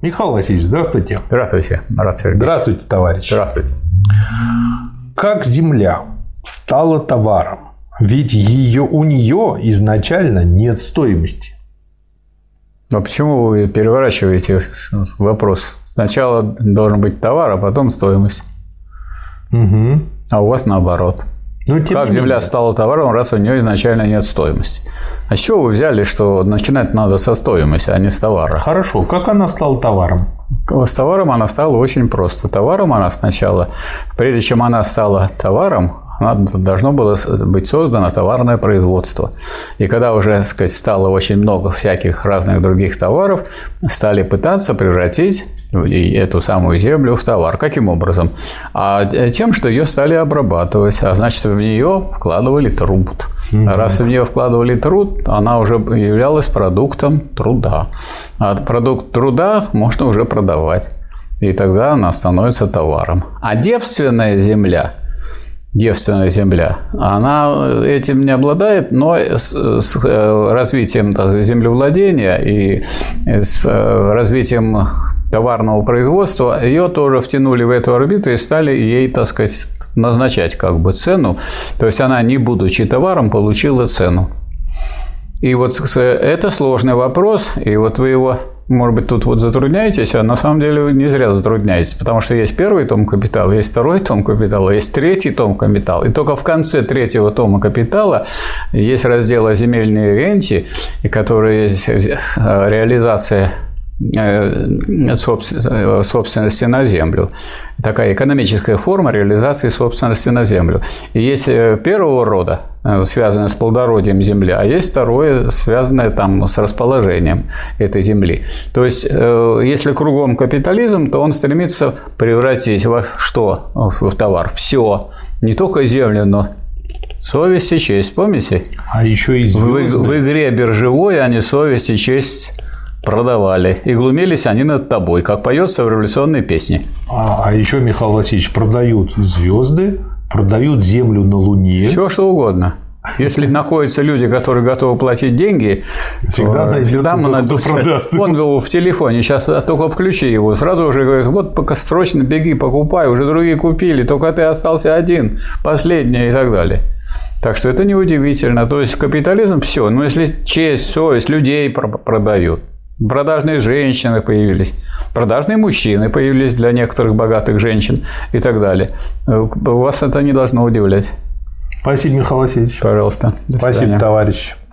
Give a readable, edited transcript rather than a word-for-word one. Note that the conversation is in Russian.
Михаил Васильевич, здравствуйте. Здравствуйте, Марат Сергеевич. Здравствуйте, товарищ. Здравствуйте. Как земля стала товаром? Ведь у нее изначально нет стоимости. Но почему вы переворачиваете вопрос? Сначала должен быть товар, а потом стоимость. Угу. А у вас наоборот. Как земля стала товаром, раз у нее изначально нет стоимости? А с чего вы взяли, что начинать надо со стоимости, а не с товара? Хорошо. Как она стала товаром? С товаром она стала очень просто. Товаром она сначала, прежде чем она стала товаром, должно было быть создано товарное производство. И когда уже, так сказать, стало очень много всяких разных других товаров, стали пытаться превратить эту самую землю в товар. Каким образом? А тем, что ее стали обрабатывать, а значит, в нее вкладывали труд. А раз в нее вкладывали труд, она уже являлась продуктом труда. А продукт труда можно уже продавать. И тогда она становится товаром. А девственная земля, она этим не обладает, но с развитием землевладения и с развитием товарного производства ее тоже втянули в эту орбиту и стали ей, так сказать, назначать как бы цену. То есть она, не будучи товаром, получила цену. И вот это сложный вопрос, и вот вы его, может быть, тут вот затрудняетесь, а на самом деле вы не зря затрудняетесь, потому что есть первый том «Капитала», есть второй том «Капитала», есть третий том «Капитала», и только в конце третьего тома «Капитала» есть раздел о земельной ренте, и который есть реализация собственности на землю. Такая экономическая форма реализации собственности на землю. И есть первого рода, связанное с плодородием земли, а есть второе, связанное там с расположением этой земли. То есть, если кругом капитализм, то он стремится превратить во что? В товар. Все. Не только землю, но совесть и честь. Помните? А еще и звезды. В игре биржевой они совесть и честь продавали. И глумились они над тобой, как поется в революционной песне. А еще, Михаил Васильевич, продают звезды, продают землю на Луне. Все, что угодно. Если находятся люди, которые готовы платить деньги, всегда мы продаст. Он в телефоне, сейчас только включи его, сразу уже говорит, вот пока срочно беги, покупай, уже другие купили, только ты остался один, последний и так далее. Так что это неудивительно. То есть капитализм все. Но если честь, совесть, людей продают. Продажные женщины появились, продажные мужчины появились для некоторых богатых женщин и так далее. Вас это не должно удивлять. Спасибо, Михаил Васильевич. Пожалуйста. Спасибо, товарищ.